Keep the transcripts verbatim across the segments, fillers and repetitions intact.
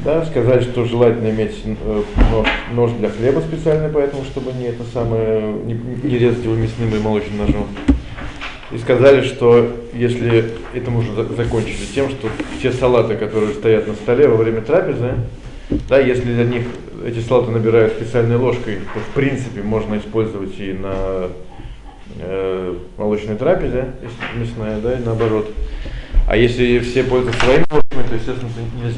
Да, сказали, что желательно иметь нож, нож для хлеба специальный, поэтому, чтобы не это самое, не, не резать его мясным или молочным ножом. И сказали, что если это можно закончить тем, что те салаты, которые стоят на столе во время трапезы, да, если для них эти салаты набирают специальной ложкой, то в принципе можно использовать и на э, молочной трапезе, если мясная, да, и наоборот. А если все пользуются своими ложками, то, естественно, нельзя.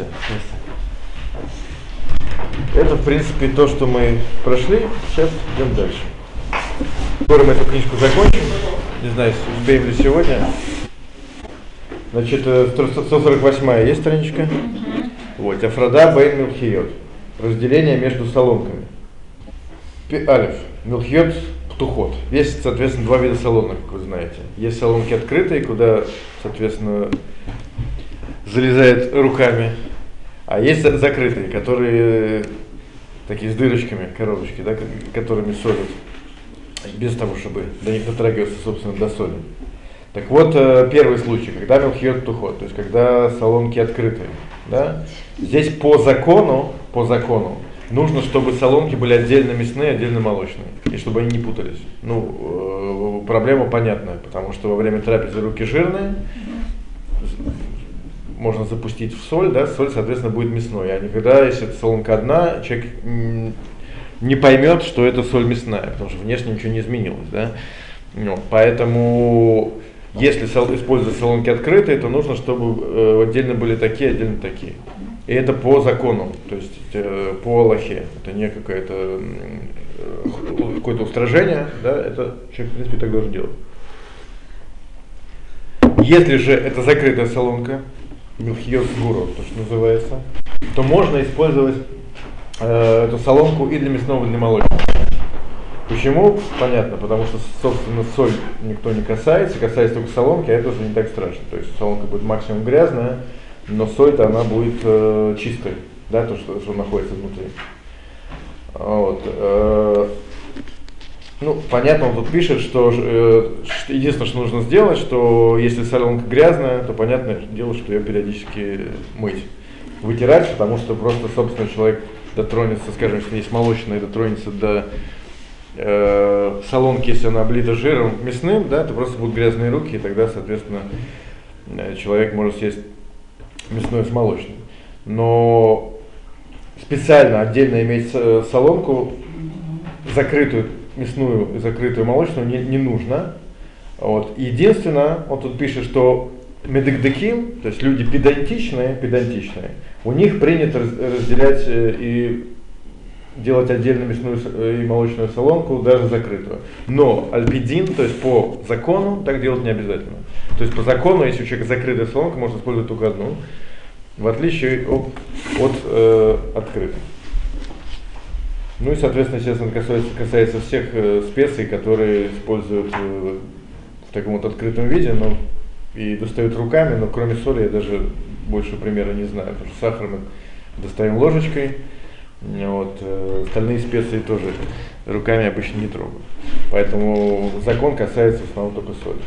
Это, в принципе, то, что мы прошли. Сейчас идем дальше. Скоро мы эту книжку закончим. Не знаю, успеем ли сегодня. Значит, сто сорок восьмая есть страничка. Mm-hmm. Вот, Афрада бейн милхиот. Разделение между соломками. Алиф. Милхиот птухот. Есть, соответственно, два вида солонок, как вы знаете. Есть солонки открытые, куда, соответственно, залезает руками. А есть закрытые, которые такие с дырочками, коробочки, да, которыми солят, без того, чтобы до них дотрагиваться, собственно, до соли. Так вот, первый случай, когда милхиот птухот, то есть когда солонки открытые. Да, здесь по закону, по закону, нужно, чтобы солонки были отдельно мясные, отдельно молочные, и чтобы они не путались. Ну, э, проблема понятная, потому что во время трапезы руки жирные, можно запустить в соль, да, соль, соответственно, будет мясной. А никогда, если это солонка одна, человек не поймет, что это соль мясная, потому что внешне ничего не изменилось, да. Ну, поэтому, если использовать солонки открытые, то нужно, чтобы э, отдельно были такие, отдельно такие. И это по закону, то есть э, по Аллахе. Это не какое-то э, какое-то устражение, да, это человек, в принципе, так должен делать. Если же это закрытая солонка, милхиот гуро, то, что называется, то можно использовать э, эту солонку и для мясного, и для молочного. Почему? Понятно, потому что, собственно, соль никто не касается, касается только солонки, а это уже не так страшно. То есть солонка будет максимум грязная, но соль-то она будет э, чистой, да, то, что, что находится внутри. Вот. Э, ну, понятно, он тут пишет, что э, единственное, что нужно сделать, что если солонка грязная, то понятное дело, что ее периодически мыть, вытирать, потому что просто, собственно, человек дотронется, скажем, если есть молочная, дотронется до э, солонки, если она облита жиром мясным, да, то просто будут грязные руки, и тогда, соответственно, человек может съесть мясное с молочным. Но специально отдельно иметь солонку, закрытую мясную и закрытую молочную, не, не нужно. Вот. Единственное, он тут пишет, что медикдеким, то есть люди педантичные, педантичные, у них принято разделять и делать отдельно мясную и молочную солонку, даже закрытую. Но альпидин, то есть по закону, так делать не обязательно. То есть по закону, если у человека закрытая солонка, можно использовать только одну, в отличие от, от э, открытой. Ну и, соответственно, естественно, касается, касается всех э, специй, которые используют э, в таком вот открытом виде, но и достают руками, но кроме соли я даже больше примера не знаю, потому что сахар мы достаем ложечкой, вот, э, остальные специи тоже руками обычно не трогают. Поэтому закон касается в основном только соли.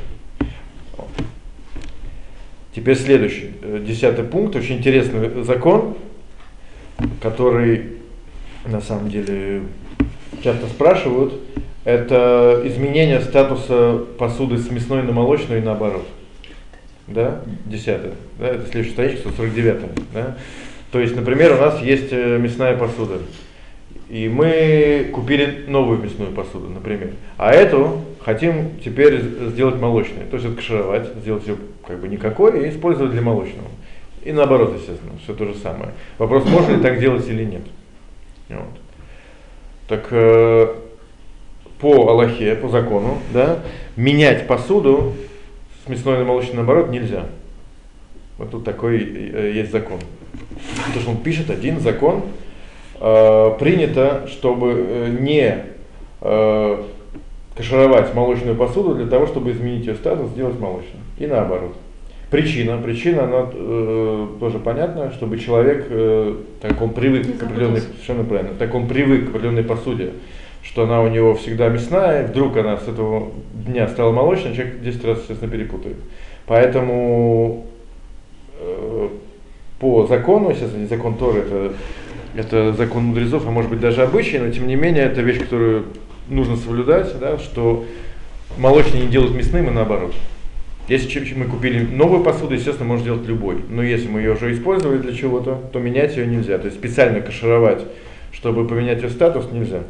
Теперь следующий, десятый пункт, очень интересный закон, который на самом деле часто спрашивают, это изменение статуса посуды с мясной на молочную и наоборот. Да, десятый, да, это следующая страничка, сто сорок девятая, да. То есть, например, у нас есть мясная посуда, и мы купили новую мясную посуду, например, а эту хотим теперь сделать молочной, то есть откашировать, сделать ее как бы никакой и использовать для молочного. И наоборот, естественно, все то же самое. Вопрос, можно ли так делать или нет. Вот. Так э, по Аллахе, по закону, да, менять посуду с мясной на молочный наоборот нельзя. Вот тут такой э, есть закон. То, что он пишет, один закон, э, принято, чтобы э, не э, кашировать молочную посуду для того, чтобы изменить ее статус, сделать молочную. И наоборот. Причина, причина, она э, тоже понятна, чтобы человек, э, так он привык к определенной, совершенно правильно, так он привык к определенной посуде, что она у него всегда мясная, вдруг она с этого дня стала молочной, человек десять раз, естественно, перепутает. Поэтому э, по закону, естественно, не закон Торы, это, это закон мудрецов, а может быть даже обычай, но тем не менее это вещь, которую нужно соблюдать, да, что молочные не делают мясным и наоборот. Если мы купили новую посуду, естественно, можно делать любой. Но если мы ее уже использовали для чего-то, то менять ее нельзя. То есть специально кашировать, чтобы поменять ее статус, нельзя.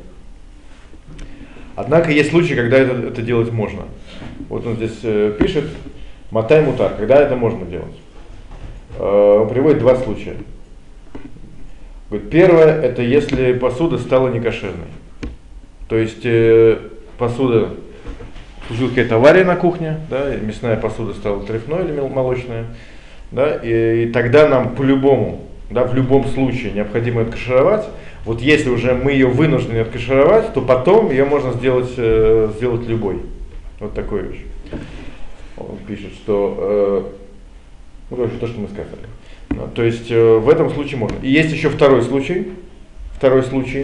Однако есть случаи, когда это, это делать можно. Вот он здесь э, пишет, матай мутар, когда это можно делать. Э, он приводит два случая. Говорит, первое, это если посуда стала некошерной. То есть э, посуда, случилась какая-то авария на кухне, да, мясная посуда стала трефной или молочная, да, и, и тогда нам по-любому, да, в любом случае необходимо откашировать. Вот если уже мы ее вынуждены откашировать, то потом ее можно сделать, э, сделать любой. Вот такой вещь. Он пишет, что, э, ну, короче, то, что мы сказали. Ну, то есть э, в этом случае можно. И есть еще второй случай. Второй случай.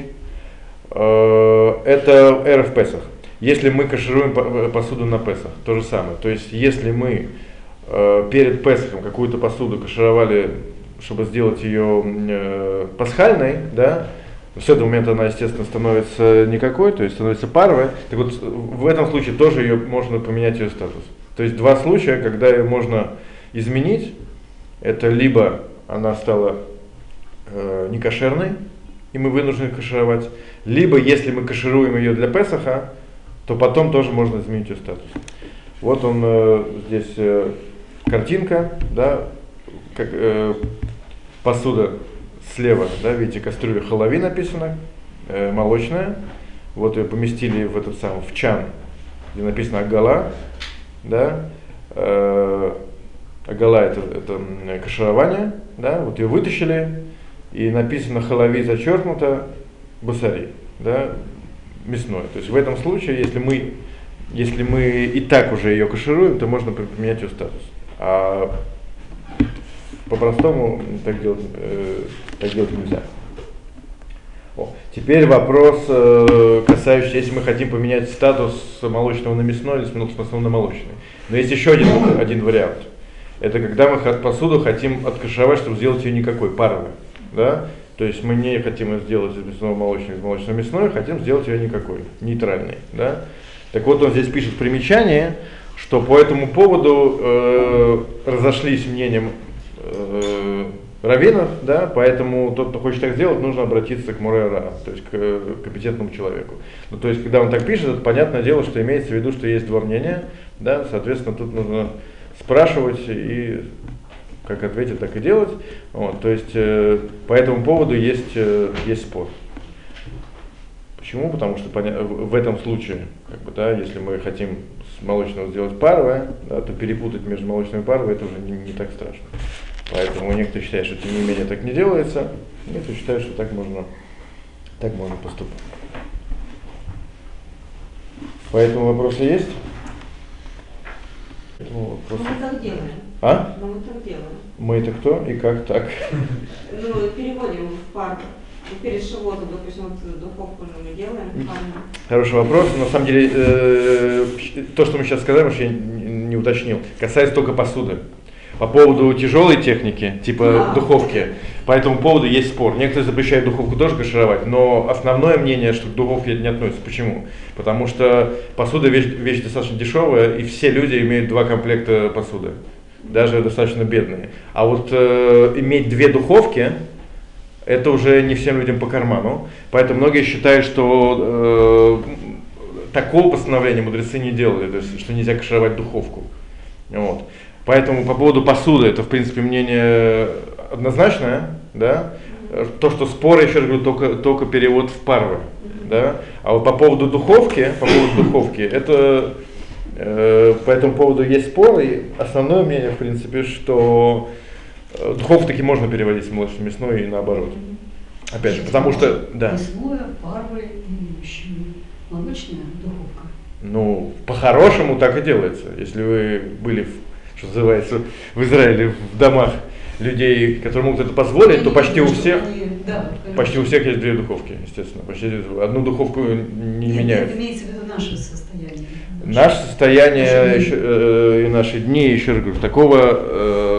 Э, это эрев Песах. Если мы кашируем посуду на Песах, то же самое. То есть если мы э, перед Песахом какую-то посуду кашировали, чтобы сделать ее э, пасхальной, да, с этого момента она, естественно, становится никакой, то есть становится паровой. Так вот, в этом случае тоже ее можно поменять ее статус. То есть два случая, когда ее можно изменить, это либо она стала э, некошерной, и мы вынуждены кашировать, либо если мы кашируем ее для Песаха, то потом тоже можно изменить ее статус. Вот он э, здесь э, картинка, да, как э, посуда слева, да, видите, кастрюля халави написано, э, молочная. Вот ее поместили в этот самый в чан, где написано агала, да. Э, агала это, это каширование, да. Вот ее вытащили и написано халави зачеркнуто басари, да, мясное. То есть в этом случае, если мы, если мы и так уже ее кашируем, то можно поменять ее статус. А по-простому так делать, э, так делать нельзя. О, теперь вопрос, э, касающийся, если мы хотим поменять статус молочного на мясной или с мясного на молочный. Но есть еще один, один вариант. Это когда мы посуду хотим откашировать, чтобы сделать ее никакой, паровой. Да? То есть мы не хотим ее сделать из мясного молочного, из молочного мясной, хотим сделать ее никакой, нейтральной. Да? Так вот он здесь пишет в примечании, что по этому поводу э, разошлись мнением э, раввинов, да, поэтому тот, кто хочет так сделать, нужно обратиться к морей ра, то есть к э, компетентному человеку. Ну, то есть когда он так пишет, это понятное дело, что имеется в виду, что есть два мнения, да, соответственно тут нужно спрашивать и как ответить, так и делать. Вот, то есть э, по этому поводу есть, э, есть спор. Почему? Потому что поня- в этом случае, как бы, да, если мы хотим с молочного сделать паровое, да, то перепутать между молочным и паровым это уже не, не так страшно. Поэтому некоторые считают, что тем не менее так не делается, некоторые считают, что так можно, так можно поступать. Поэтому вопросы есть? Ну, мы так делаем. А? Ну, мы так делаем. Мы это кто и как так? Ну, переводим в пару. Перед шивотом, допустим, вот духовку мы делаем. Хороший вопрос. На самом деле, э, то, что мы сейчас сказали, что я не, не уточнил, касается только посуды. По поводу тяжелой техники, типа а, духовки, по этому поводу есть спор. Некоторые запрещают духовку тоже кашировать, но основное мнение, что к духовке это не относится. Почему? Потому что посуда вещь, вещь достаточно дешевая, и все люди имеют два комплекта посуды, даже достаточно бедные. А вот э, иметь две духовки, это уже не всем людям по карману. Поэтому многие считают, что э, такого постановления мудрецы не делали, то есть, что нельзя кашировать духовку. Вот. Поэтому по поводу посуды, это в принципе мнение однозначное, да. То, что споры, еще раз говорю, только, только перевод в парвы, да. А вот по поводу духовки, по поводу духовки, это э, по этому поводу есть споры. И основное мнение, в принципе, что э, духовку таки можно переводить с молочной мясной и наоборот. Опять же, потому что, да. Мясное, парвы и молочная духовка. Ну, по-хорошему так и делается. Если вы были в что называется, в Израиле, в домах людей, которые могут это позволить, то почти у всех, да, почти у всех есть две духовки, естественно. Почти одну духовку не Нет, меняют. Это имеется в виду наше состояние. Наше состояние наши еще, э, и наши дни, еще раз говорю, такого, э,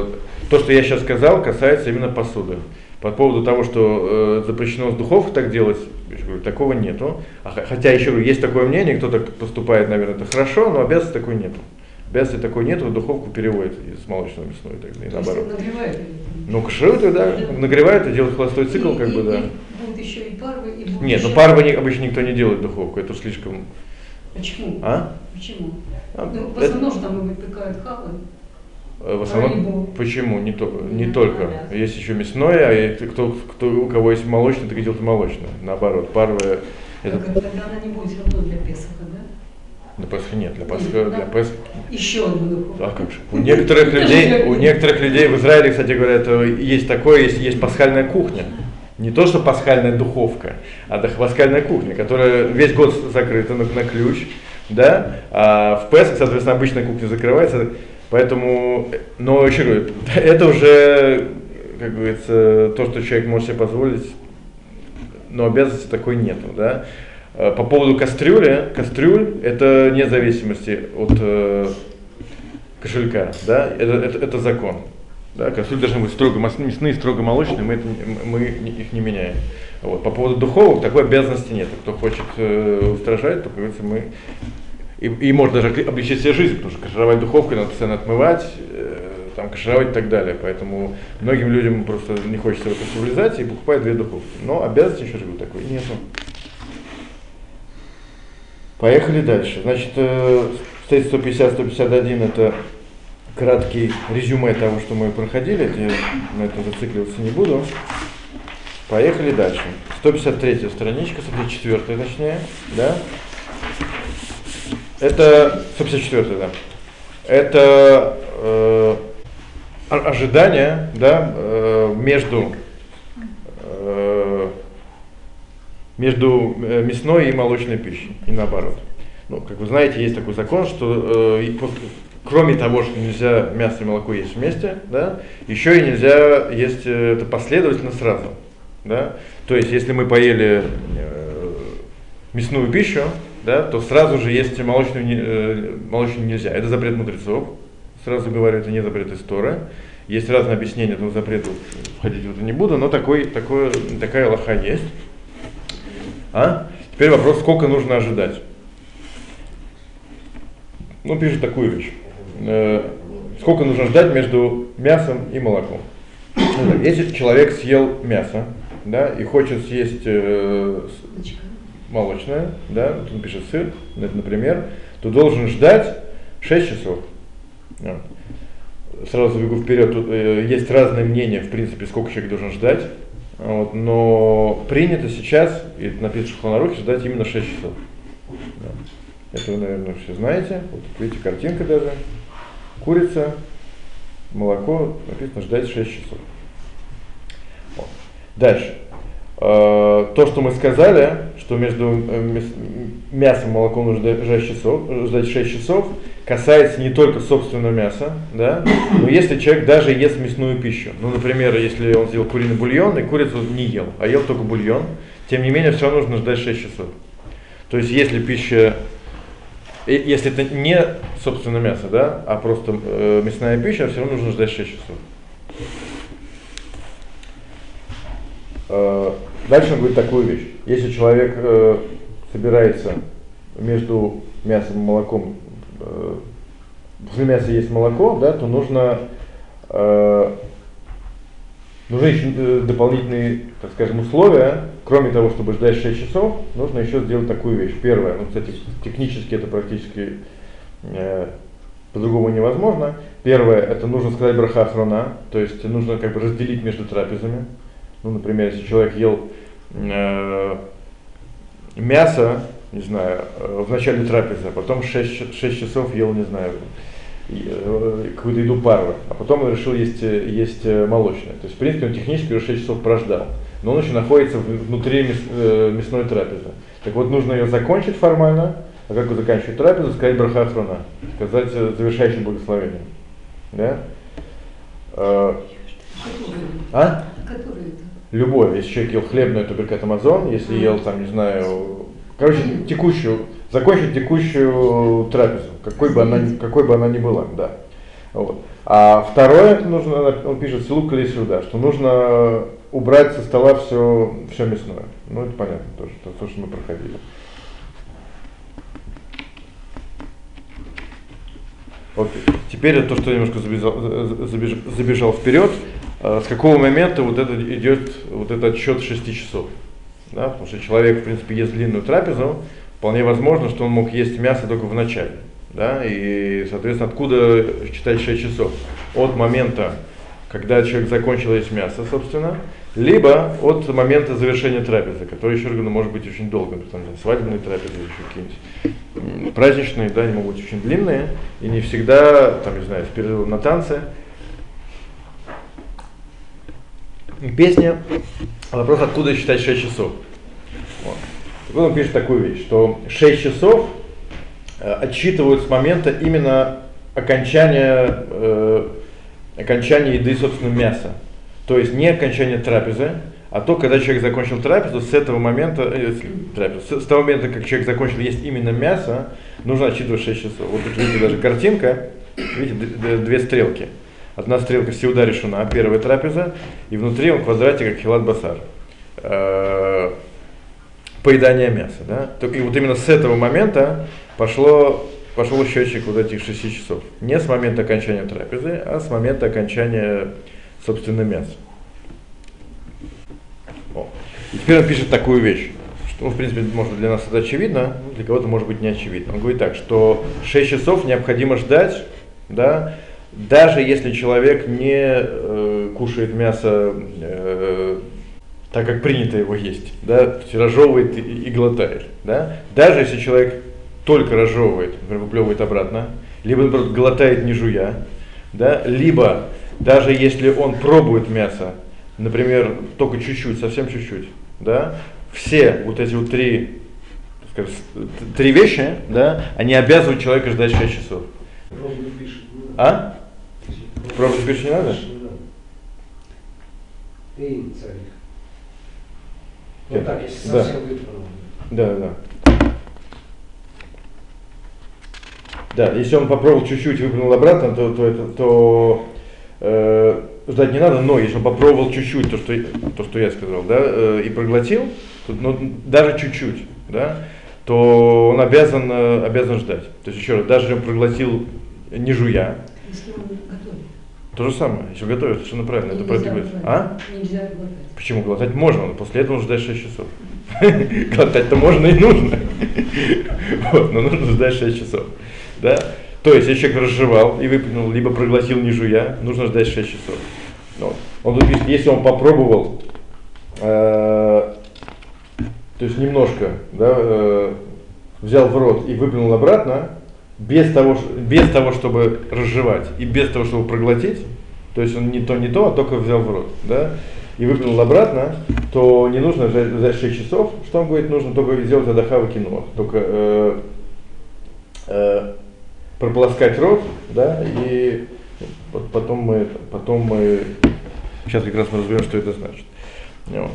то, что я сейчас сказал, касается именно посуды. По поводу того, что э, запрещено с духовкой так делать, я говорю, такого нету. А, хотя, еще говорю, есть такое мнение, кто так поступает, наверное, это хорошо, но обязанности такой нету. Обязанности такой нету, духовку переводят из молочного в мясной, и так, и наоборот. Нагревают? Ну, кашируют, да, нагревают и делают холостой цикл, и, как и, бы, да. И будут еще и парвы, и будут Нет, еще... ну парвы не, обычно никто не делает в духовку, это слишком... Почему? А? Почему? А, Ну, в это- основном же там выпекают хавы. В основном, Рыбу. почему? Не, то, не Ну, только. мясо. Есть еще мясное, а и кто, кто, у кого есть молочное, так и делают молочное. Наоборот, парвы... Это... Так, тогда она не будет все равно для Песаха, да? Для Пасхи нет, для Нет, Пасхи, да? для Пасхи. Еще одну духовку. А как же? У некоторых людей, у некоторых людей в Израиле, кстати говоря, это есть такое, есть, есть пасхальная кухня. Не то, что пасхальная духовка, а да, пасхальная кухня, которая весь год закрыта на, на ключ, да, а в Песах, соответственно, обычная кухня закрывается, поэтому, но еще говорю, это уже, как говорится, то, что человек может себе позволить, но обязанности такой нету, да. По поводу кастрюли, кастрюль это вне зависимости от э, кошелька, да, это, это, это закон. Да, кастрюли должны быть строго мясные, строго молочные, мы, это, мы их не меняем. Вот. По поводу духовок такой обязанности нет. Кто хочет э, устражать, то, как говорится, мы... И, и можно даже облегчить себе жизнь, потому что кашировать духовку надо постоянно отмывать, э, там, кашировать и так далее. Поэтому многим людям просто не хочется в это все влезать и покупают две духовки. Но обязанности, еще раз говорю, такой нету. Поехали дальше. Значит, статья сто пятьдесят сто пятьдесят один это краткий резюме того, что мы проходили. Я на этом зацикливаться не буду. Поехали дальше. сто пятьдесят третья страничка, сто пятьдесят четвёртая точнее, да? Это сто пятьдесят четвёртая, да. Это э, ожидание, да, э, между э, между мясной и молочной пищей, и наоборот. Ну, как вы знаете, есть такой закон, что э, кроме того, что нельзя мясо и молоко есть вместе, да, еще и нельзя есть э, это последовательно сразу. Да? То есть, если мы поели э, мясную пищу, да, то сразу же есть молочную, э, молочную нельзя. Это запрет мудрецов. Сразу говорю, это не запрет из Торы. Есть разные объяснения этому запрету, входить в это не буду, но такой, такой, такая алаха есть. А? Теперь вопрос, сколько нужно ожидать. Ну, пишет такую вещь. Э, сколько нужно ждать между мясом и молоком. Ну, если человек съел мясо, да, и хочет съесть э, молочное, да, вот он пишет сыр, например, то должен ждать шесть часов. Вот. Сразу забегу вперед, тут э, есть разные мнения, в принципе, сколько человек должен ждать. Вот, но принято сейчас, и написано в Шулхан Арухе, ждать именно шесть часов. Да. Это вы, наверное, все знаете. Вот видите, картинка даже. Курица, молоко, написано ждать шесть часов. Вот. Дальше. Э, то, что мы сказали, что между мясом и молоком нужно ждать шесть часов, ждать шесть часов, касается не только собственного мяса, да, но если человек даже ест мясную пищу. Ну, например, если он сделал куриный бульон и курицу не ел, а ел только бульон, тем не менее, все равно нужно ждать шесть часов. То есть, если пища, если это не собственно мясо, да, а просто э, мясная пища, все равно нужно ждать шесть часов. Э, дальше он говорит такую вещь. Если человек э, собирается между мясом и молоком, если мясо есть молоко, да, то нужно, э, нужны еще э, дополнительные, так скажем, условия. Кроме того, чтобы ждать шесть часов, нужно еще сделать такую вещь. Первое, ну, кстати, технически это практически э, по-другому невозможно. Первое, это нужно сказать браха ахрона, то есть нужно как бы разделить между трапезами. Ну, например, если человек ел э, мясо, не знаю, в начале трапезы, а потом шесть часов ел, не знаю, какую-то еду парвы, а потом он решил есть, есть молочное. То есть, в принципе, он технически уже шесть часов прождал, но он еще находится внутри мяс, мясной трапезы. Так вот, нужно ее закончить формально, а как вы заканчиваете трапезу, сказать браха ахрона, сказать завершающее благословение. Да? А? а? Любое. Если человек ел хлебную, то беркат амазон, если ел, там, не знаю, короче, текущую, закончить текущую трапезу, какой бы она, какой бы она ни была, да. Вот. А второе, нужно, он пишет силук или сюда, что нужно убрать со стола все, все мясное. Ну, это понятно тоже, то, то, что мы проходили. Вот теперь то, что я немножко забежал, забежал, забежал вперед, с какого момента вот это идет вот этот отсчет шести часов. Да? Потому что человек, в принципе, ест длинную трапезу, вполне возможно, что он мог есть мясо только в начале. Да? И, соответственно, откуда считать шесть часов? От момента, когда человек закончил есть мясо, собственно, либо от момента завершения трапезы, который, еще раз говорю, может быть очень долгим, потому что свадебные трапезы, еще какие-нибудь праздничные, да, они могут быть очень длинные, и не всегда, там, не знаю, с перерывом на танцы. Песня, вопрос, откуда считать шесть часов. Вот. Так вот он пишет такую вещь, что шесть часов э, отсчитывают с момента именно окончания, э, окончания еды, собственно, мяса. То есть не окончание трапезы, а то, когда человек закончил трапезу, с этого момента, э, трапезу, с, с того момента, как человек закончил есть именно мясо, нужно отсчитывать шесть часов. Вот тут видите даже картинка, видите, д- две стрелки. Одна стрелка сеуда решена, первая трапеза, и внутри он в квадрате, как хилат басар. Э, поедание мяса. Да? И вот именно с этого момента пошло, пошел счетчик вот этих шести часов. Не с момента окончания трапезы, а с момента окончания, собственно, мяса. О. И теперь он пишет такую вещь, что, ну, в принципе, может для нас это очевидно, для кого-то может быть не очевидно. Он говорит так, что шесть часов необходимо ждать, да, даже если человек не э, кушает мясо э, так, как принято его есть, да, то есть разжевывает и, и глотает, да, даже если человек только разжевывает, например, выплевывает обратно, либо, наоборот, глотает не жуя, да, либо даже если он пробует мясо, например, только чуть-чуть, совсем чуть-чуть, да, все вот эти вот три, скажем, три вещи, да, они обязывают человека ждать шесть часов. А? Пробовать пишешь не надо? Вот так, если да. совсем выпрыгнул. Да, да. Да, если он попробовал чуть-чуть и выпрыгнул обратно, то, то, это, то э, ждать не надо, но если он попробовал чуть-чуть, то, что, то, что я сказал, да, э, и проглотил, то, ну, даже чуть-чуть, да, то он обязан, э, обязан ждать. То есть, еще раз, даже если он проглотил не жуя, Если он готовит. то же самое, если готовят, совершенно правильно, это Нельзя противно. глотать. А? Нельзя глотать. Почему? Глотать можно, но после этого ждать шесть часов. Глотать-то можно и нужно. Вот, но нужно ждать шесть часов. Да? То есть, если человек разжевал и выплюнул, либо проглотил не жуя, нужно ждать шесть часов. Вот. Он тут пишет, если он попробовал, э, то есть немножко, да, э, взял в рот и выплюнул обратно, без того, без того, чтобы разжевать и без того, чтобы проглотить, то есть он не то, не то, а только взял в рот, да, и выплюнул обратно, то не нужно ждать шесть часов, что он говорит, нужно только сделать адахава кинуах, только э, э, прополоскать рот, да, и потом мы, потом мы, сейчас как раз мы разберем, что это значит. Вот.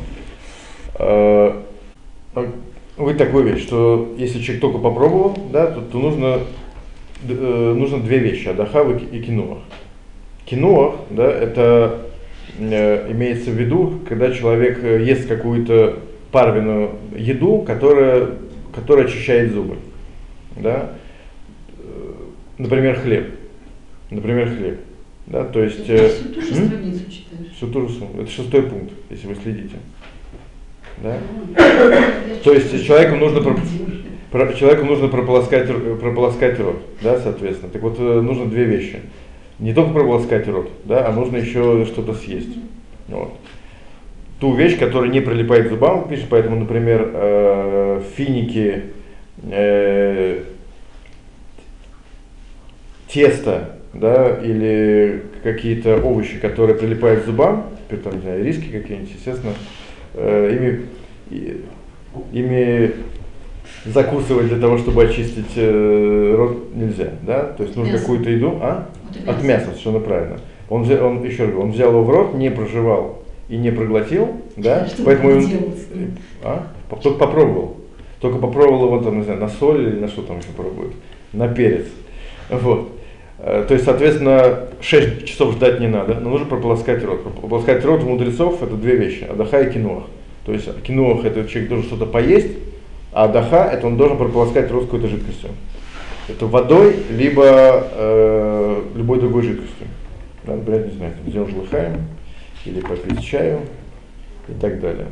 Э, говорит такую вещь, что если человек только попробовал, да, то, то нужно э, нужно две вещи, адахава и кинуах. Кинуах, да, это э, имеется в виду, когда человек ест какую-то парвенную еду, которая, которая очищает зубы, да, например, хлеб, например, хлеб, да, то есть... Ты всю ту же страницу читаешь? Всю ту же сумму, это шестой пункт, если вы следите, да, Ну, то есть человеку нужно... Про... Про, человеку нужно прополоскать, прополоскать рот, да, соответственно. Так вот, нужно две вещи. Не только прополоскать рот, да, а нужно еще что-то съесть. Вот. Ту вещь, которая не прилипает к зубам, пишет, поэтому, например, э, финики, э, тесто, да, или какие-то овощи, которые прилипают к зубам, например, там, не знаю, риски какие-нибудь, естественно, э, ими, ими закусывать для того, чтобы очистить э, рот, нельзя, да, то есть нужно какую-то еду, а? От, От мяса, совершенно правильно. Он, взял, он еще раз, он взял его в рот, не прожевал и не проглотил, да, что поэтому он, а? только попробовал, только попробовал его там, не знаю, на соль или на что там еще пробуют, на перец, вот. То есть, соответственно, шесть часов ждать не надо, но нужно прополоскать рот. Прополоскать рот у мудрецов это две вещи, адаха и кинуах. То есть кинуах это человек должен что-то поесть, а адаха это он должен прополоскать рот какой-то жидкостью. Это водой, либо э, любой другой жидкостью. Да, например, не знаю, сделать лыхаем, или попить чаю и так далее.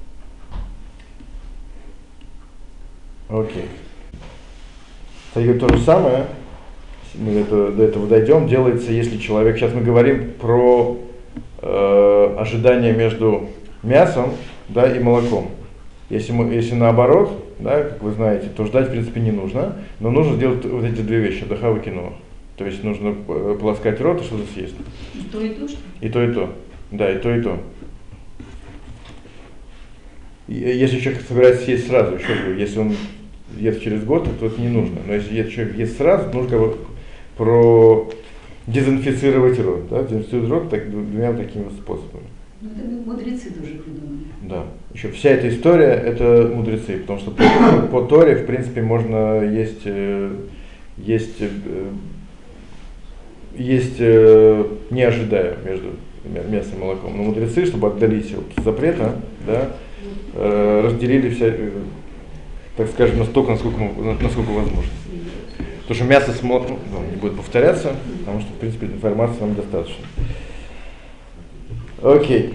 Окей. Кстати, то же самое, мы это, до этого дойдем, делается, если человек, сейчас мы говорим про э, ожидание между мясом, да, и молоком. Если, мы, если наоборот, да, как вы знаете, то ждать в принципе не нужно, но нужно сделать вот эти две вещи, адаха и кинуах. То есть нужно полоскать рот и что-то съесть. И то, и то, что? И то, и то. Да, и то, и то. И, если человек собирается съесть сразу, еще говорю, если он ест через год, то это не нужно. Но если человек ест сразу, нужно как бы про дезинфицировать рот. Да? Дезинфицировать рот так, двумя такими способами. Ну, это мудрецы тоже придумали. Да. Еще вся эта история это мудрецы, потому что по, по Торе, в принципе, можно есть, есть, есть не ожидая между мясом и молоком. Но мудрецы, чтобы отдалить от запрета, да, разделили вся, так скажем, настолько, насколько, насколько возможно. Потому что мясо с молоком, ну, не будет повторяться, потому что, в принципе, информации нам достаточно. Окей.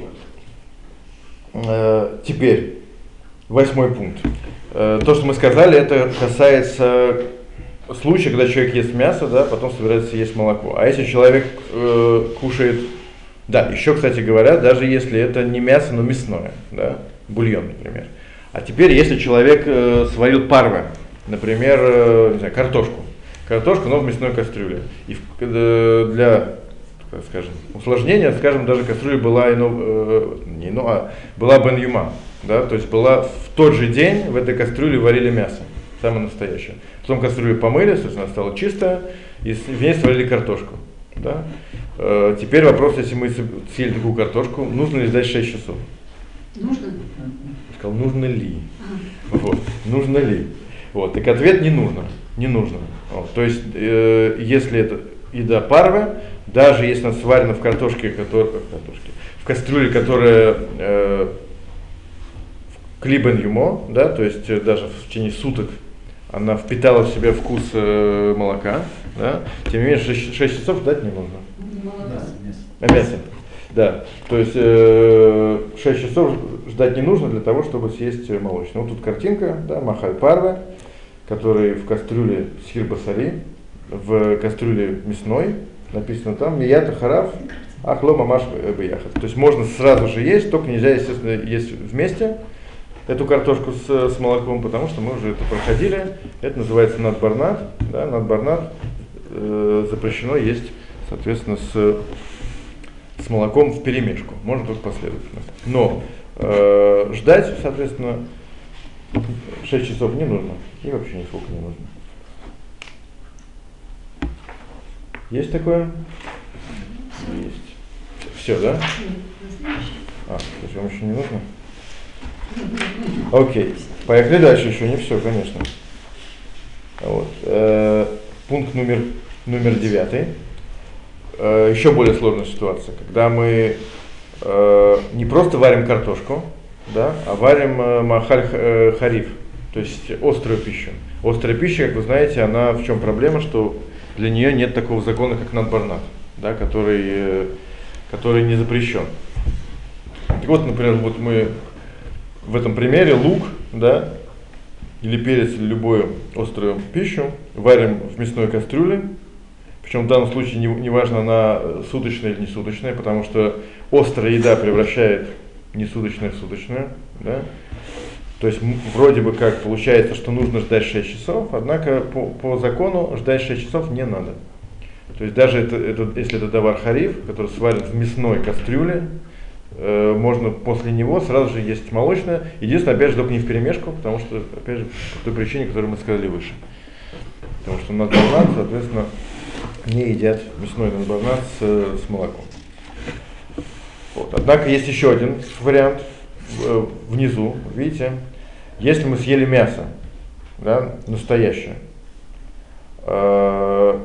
Э, теперь, восьмой пункт. Э, то, что мы сказали, это касается случая, когда человек ест мясо, да, потом собирается есть молоко. А если человек э, кушает, да, еще, кстати говоря, даже если это не мясо, но мясное, да, бульон, например. А теперь, если человек э, сварил парве, например, э, не знаю, картошку, картошку, но в мясной кастрюле, и в, э, для скажем, усложнение, скажем, даже кастрюля была ино, э, не ино, а была бен-юма, да, то есть была в тот же день в этой кастрюле варили мясо, самое настоящее. Потом кастрюлю помыли, соответственно, она стала чистая, и в ней сварили картошку, да. Э, теперь вопрос, если мы съели такую картошку, нужно ли ждать шесть часов? Нужно? Я сказал, нужно ли? А. Вот, нужно ли? Вот, так ответ не нужно, не нужно. Вот, то есть, э, если это еда парве, даже если она сварена в картошке, которая, в, картошке, в кастрюле, которая э, клибен юмо, да, то есть э, даже в течение суток она впитала в себя вкус э, молока, да, тем не менее шесть часов ждать не нужно. А мясо. Да, то есть э, шесть часов ждать не нужно для того, чтобы съесть молочное. Вот тут картинка, да, махаль парве, который в кастрюле сир басари, в кастрюле мясной, написано там мията хараф ахло мамаш бияхат. То есть можно сразу же есть, только нельзя, естественно, есть вместе эту картошку с, с молоком, потому что мы уже это проходили. Это называется надбарнат, да, надбарнат э, запрещено есть, соответственно, с, с молоком вперемешку, можно только последовательно. Но э, ждать, соответственно, шесть часов не нужно, и вообще нисколько не нужно. Есть такое? Есть. Все, да? А, то есть вам еще не нужно? Окей. Поехали дальше, еще не все, конечно. Вот. Э, пункт номер, номер девятый. Э, еще более сложная ситуация, когда мы э, не просто варим картошку, да, а варим э, махаль э, хариф, то есть острую пищу. Острая пища, как вы знаете, она в чем проблема, что для нее нет такого закона, как надбарнат, да, который, который не запрещен. Так вот, например, вот мы в этом примере лук, да, или перец, или любую острую пищу варим в мясной кастрюле. Причем в данном случае не, не важно, она суточная или не суточная, потому что острая еда превращает несуточное в суточное, да. То есть вроде бы как получается, что нужно ждать шесть часов, однако по, по закону ждать шесть часов не надо. То есть даже это, это, если это давар хариф, который сварен в мясной кастрюле, э, можно после него сразу же есть молочное. Единственное, опять же, только не вперемешку, потому что, опять же, по той причине, которую мы сказали выше. Потому что надбарнат, соответственно, не едят мясной надбарнат с, с молоком. Вот. Однако есть еще один вариант. Внизу, видите, если мы съели мясо, да, настоящее, э,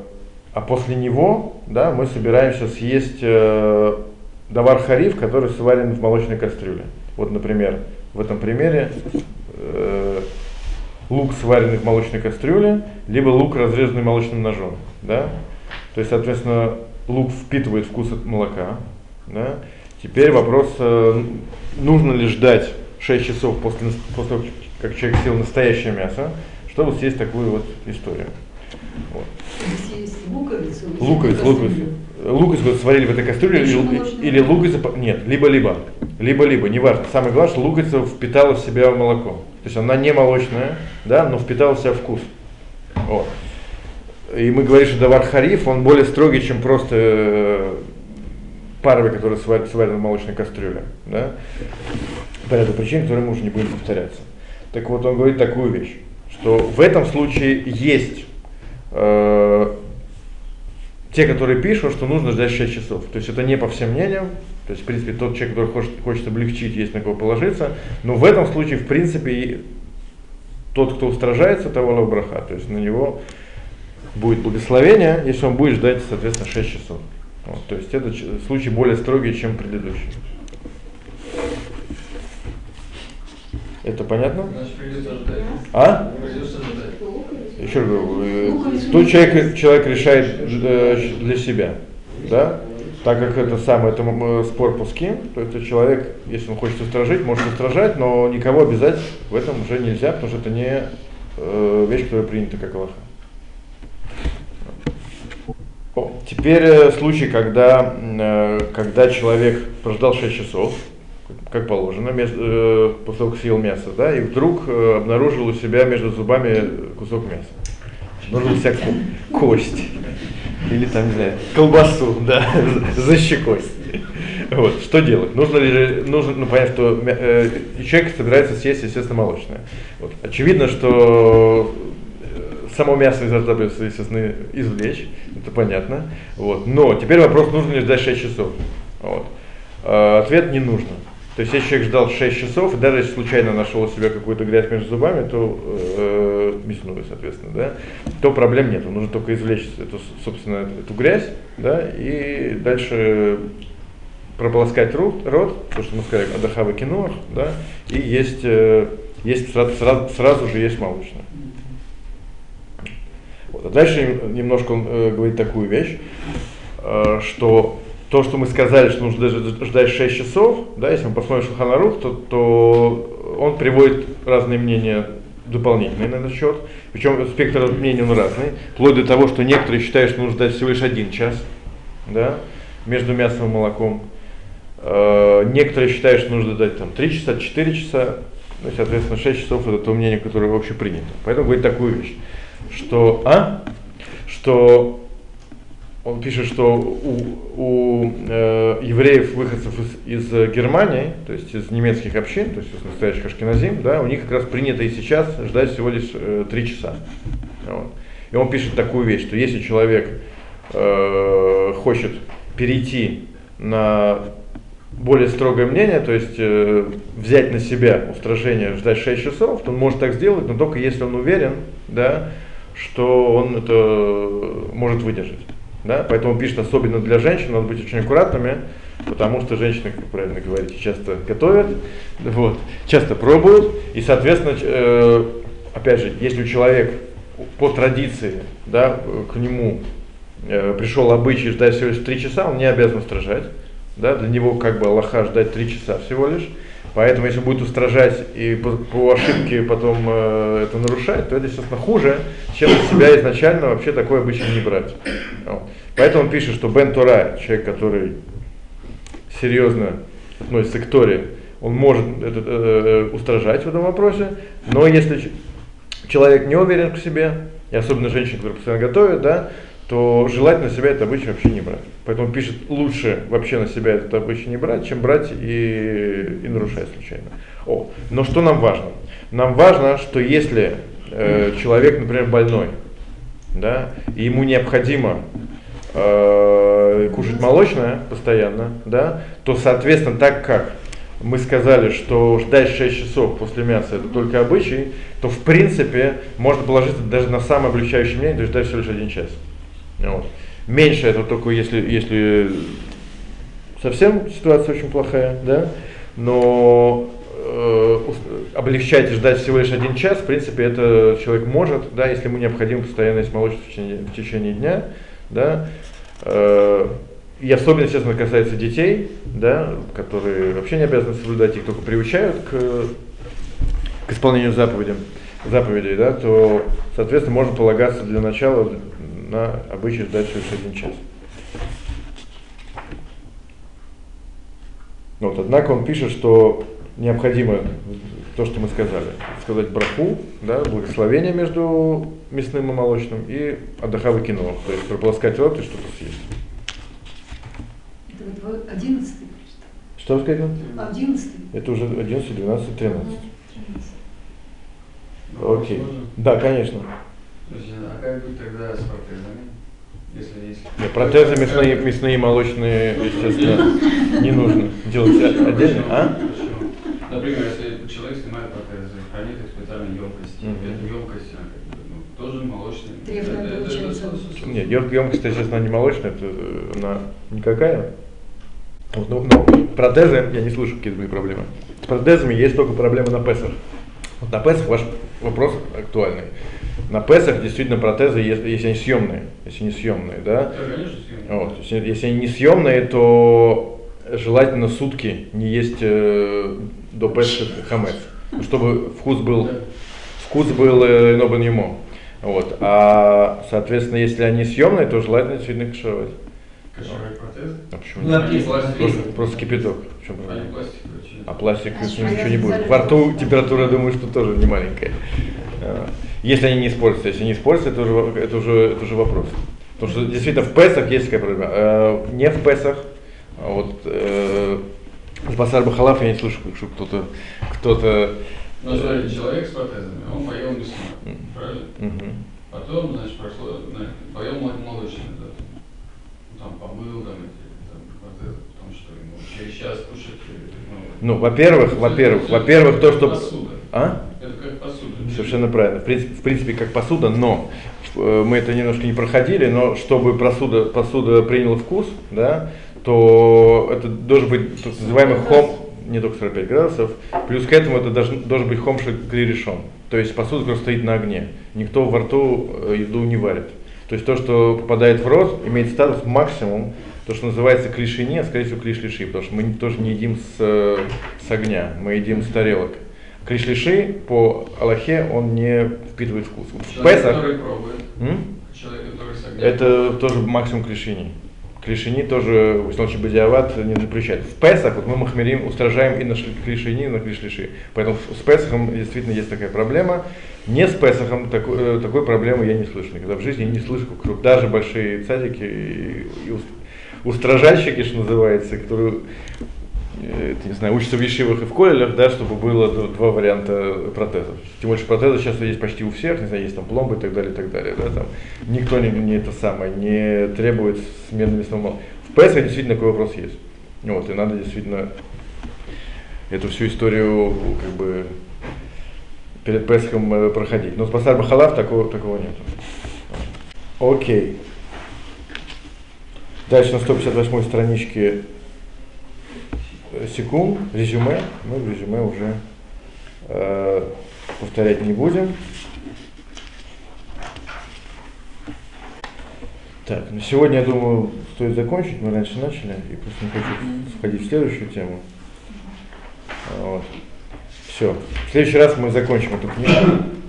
а после него, да, мы собираемся съесть э, давар хариф, который сварен в молочной кастрюле. Вот, например, в этом примере э, лук, сваренный в молочной кастрюле, либо лук, разрезанный молочным ножом. Да? То есть, соответственно, лук впитывает вкус от молока. Да? Теперь вопрос, э, нужно ли ждать шесть часов после, после того, как человек съел настоящее мясо, чтобы съесть такую вот историю. Вот. Если есть луковицу, Луковицу, луковицу. Луковицу сварили в этой кастрюле или, или луковица, нет, либо-либо, либо-либо, неважно. Самое главное, что луковица впитала в себя молоко. То есть она не молочная, да, но впитала в себя вкус. Вот. И мы говорим, что давар хариф, он более строгий, чем просто паровый, который сварен, сварен в молочной кастрюле. Да? По ряду причин, которые мы уже не будем повторяться. Так вот, он говорит такую вещь, что в этом случае есть э, те, которые пишут, что нужно ждать шесть часов. То есть это не по всем мнениям. То есть, в принципе, тот человек, который хочет, хочет облегчить, есть на кого положиться. Но в этом случае, в принципе, тот, кто устражается, того ла браха. То есть на него будет благословение, если он будет ждать, соответственно, шесть часов. Вот, то есть этот случай более строгий, чем предыдущий. Это понятно? Значит, придется ждать. А? Придется ждать. Еще раз говорю, тут человек, человек решает э, для себя, да? Так как это самый это спор пуским, то это человек, если он хочет устражить, может устражать, но никого обязать в этом уже нельзя, потому что это не э, вещь, которая принята как алаха. О, теперь э, случай, когда, э, когда человек прождал шесть часов, как положено, между, э, после того, как съел мясо, да, и вдруг э, обнаружил у себя между зубами кусок мяса. Обнаружил себя кость. Или там, не знаю, колбасу, да, за щекой. Вот, что делать? Нужно ли, нужно, ну, понять, что э, человек собирается съесть, естественно, молочное. Вот. Очевидно, что само мясо изо рта придется, естественно, извлечь, это понятно. Вот. Но теперь вопрос, нужно ли ждать шесть часов. Вот. Э, ответ: не нужно. То есть, если человек ждал шесть часов, и даже если случайно нашел у себя какую-то грязь между зубами, то э, мясную, соответственно, да, то проблем нет. Нужно только извлечь эту, собственно, эту грязь, да, и дальше прополоскать рот, рот, то, что мы сказали, адахава кинуах, да, и есть, э, есть сразу, сразу, сразу же есть молочное. Вот. А дальше немножко он э, говорит такую вещь, э, что то, что мы сказали, что нужно ждать шесть часов, да, если мы посмотрим Шулхан Арух, то, то он приводит разные мнения дополнительные на этот счет. Причем спектр мнений он разный, вплоть до того, что некоторые считают, что нужно ждать всего лишь один час, да, между мясом и молоком. Э, некоторые считают, что нужно ждать там три часа, четыре часа, ну, соответственно, шесть часов это то мнение, которое вообще принято. Поэтому говорит такую вещь, что, а, что он пишет, что у, у э, евреев, выходцев из, из Германии, то есть из немецких общин, то есть из настоящих ашкеназим, да, у них как раз принято и сейчас ждать всего лишь э, три часа. Вот. И он пишет такую вещь, что если человек э, хочет перейти на более строгое мнение, то есть э, взять на себя устражение, ждать шесть часов, то он может так сделать, но только если он уверен, да, что он это может выдержать. Да? Поэтому пишет, особенно для женщин, надо быть очень аккуратными, потому что женщины, как правильно говорите, часто готовят, вот, часто пробуют, и, соответственно, э, опять же, если у человека по традиции, да, к нему э, пришел обычай ждать всего лишь три часа, он не обязан устражать, да? Для него как бы алаха ждать три часа всего лишь. Поэтому, если будет устражать и по, по ошибке потом э, это нарушать, то это, естественно, хуже, чем на себя изначально вообще такой обычай не брать. Вот. Поэтому он пишет, что Бен Тора, человек, который серьезно относится к Торе, он может это, э, устражать в этом вопросе, но если человек не уверен в себе, и особенно женщины, которые постоянно готовят, да, то желательно на себя это обычай вообще не брать. Поэтому он пишет, лучше вообще на себя это обычай не брать, чем брать и, и нарушать случайно. О, но что нам важно? Нам важно, что если э, человек, например, больной, да, и ему необходимо э, кушать молочное постоянно, да, то, соответственно, так как мы сказали, что ждать шесть часов после мяса это только обычай, то в принципе можно положиться даже на самое облегчающее мнение, то есть ждать всего лишь один час. Вот. Меньше это только если, если совсем ситуация очень плохая, да, но э, облегчать и ждать всего лишь один час, в принципе, это человек может, да, если ему необходимо постоянно есть молочность в течение, в течение дня, да, э, и особенно, естественно, касается детей, да, которые вообще не обязаны соблюдать, их только приучают к, к исполнению заповедей, заповедей, да, то, соответственно, можно полагаться для начала на обычай ждать всего лишь один час. Вот, однако он пишет, что необходимо то, что мы сказали, сказать браху, да, благословение между мясным и молочным, и адахава кино, то есть прополоскать рот и что-то съесть. Это вот одиннадцатый. Что вы сказали? Одиннадцатый. Это уже одиннадцать, двенадцать, тринадцать. Вопрос Окей. можно? Да, конечно. Подожди, а как быть тогда с протезами? Если есть... Нет, протезы мясные, мясные и молочные, естественно, не нужно делать отдельно. А? Почему? Например, если человек снимает протезы, хранит их в специальной емкости, Мгм. эта емкость она как бы, ну, тоже молочная. Требует Это- это- получается. это- Нет, емкость, естественно, не молочная, это э, она никакая. Вот, но, но протезы, я не слышу, какие были проблемы. С протезами есть только проблемы на Песах. Вот на Песах ваш вопрос актуальный. На Песах действительно протезы, если, если они съемные, если не съемные, да. Да, конечно, съемные. Вот, если, если они не съемные, то желательно сутки не есть э, до Песха хамец, чтобы вкус был, вкус был э, нобен ему. Вот, а соответственно, если они съемные, то желательно действительно кашировать. Кашировать протезы? А почему Ну, нет? Они пластиковые. Просто, просто кипяток. В чем проблема? Они пластиковые. очень. А пластик А ничего что, не будет. я Во рту температура, я думаю, что тоже не маленькая. А, Если они не используются, если не используются, это уже, это уже, это уже вопрос. Потому что действительно в Песах есть такая проблема. Э, Не в Песах, а вот э, с Басар Бахалаф я не слышу, что кто-то, кто-то. Ну, смотрите, человек с протезами, он поел мясо, Мгм. правильно? Мгм. Потом, значит, прошло, ну, поел молочное, да, там помыл, там, эти, там, протезы, потому что ему через час кушать, ну, Ну, во-первых, во-первых, это- во-первых, то, это что. посуда. А? Это как посуда. Совершенно правильно. В принципе, в принципе, как посуда, но э, мы это немножко не проходили, но чтобы посуда, посуда приняла вкус, да, то это должен быть так называемый хом, не только сорок пять градусов, плюс к этому это должен, должен быть хом решен. То есть посуда, которая стоит на огне. Никто во рту э, еду не варит. То есть то, что попадает в рот, имеет статус максимум, то, что называется клишини, а скорее всего клиш-лиши, потому что мы тоже не едим с, э, с огня, мы едим с тарелок. Клиш-лиши по Аллахе он не впитывает вкус. В Человек, Песах который пробует, м? человек, который с огнем. это тоже максимум клишини. Клишини тоже, если он очень бадиават, не запрещает. В Песах вот мы махмерим устражаем и на клишини, и на клиш-лиши. Поэтому с Песахом действительно есть такая проблема. Не с Песахом такой, такой проблемы я не слышу. Никогда в жизни не слышу, как даже большие цадики и, и устражальщики, что называется, которые, это, не знаю, учатся в ешивах и в колледжах, да, чтобы было два варианта протезов. Тем более, что протезы сейчас есть почти у всех, не знаю, есть там пломбы и так далее, и так далее. Да, там. Никто не, не это самое, не требует смены мясного молока. В Песах действительно такой вопрос есть. Вот, и надо действительно эту всю историю как бы перед Песхом проходить. Но с Басар Бахалаф такого, такого нет. Окей. Дальше на сто пятьдесят восьмой страничке секунд, резюме. Мы в резюме уже э, повторять не будем. Так, на сегодня, я думаю, стоит закончить. Мы раньше начали, и просто не хочу входить в следующую тему. Вот. Все. В следующий раз мы закончим эту книгу.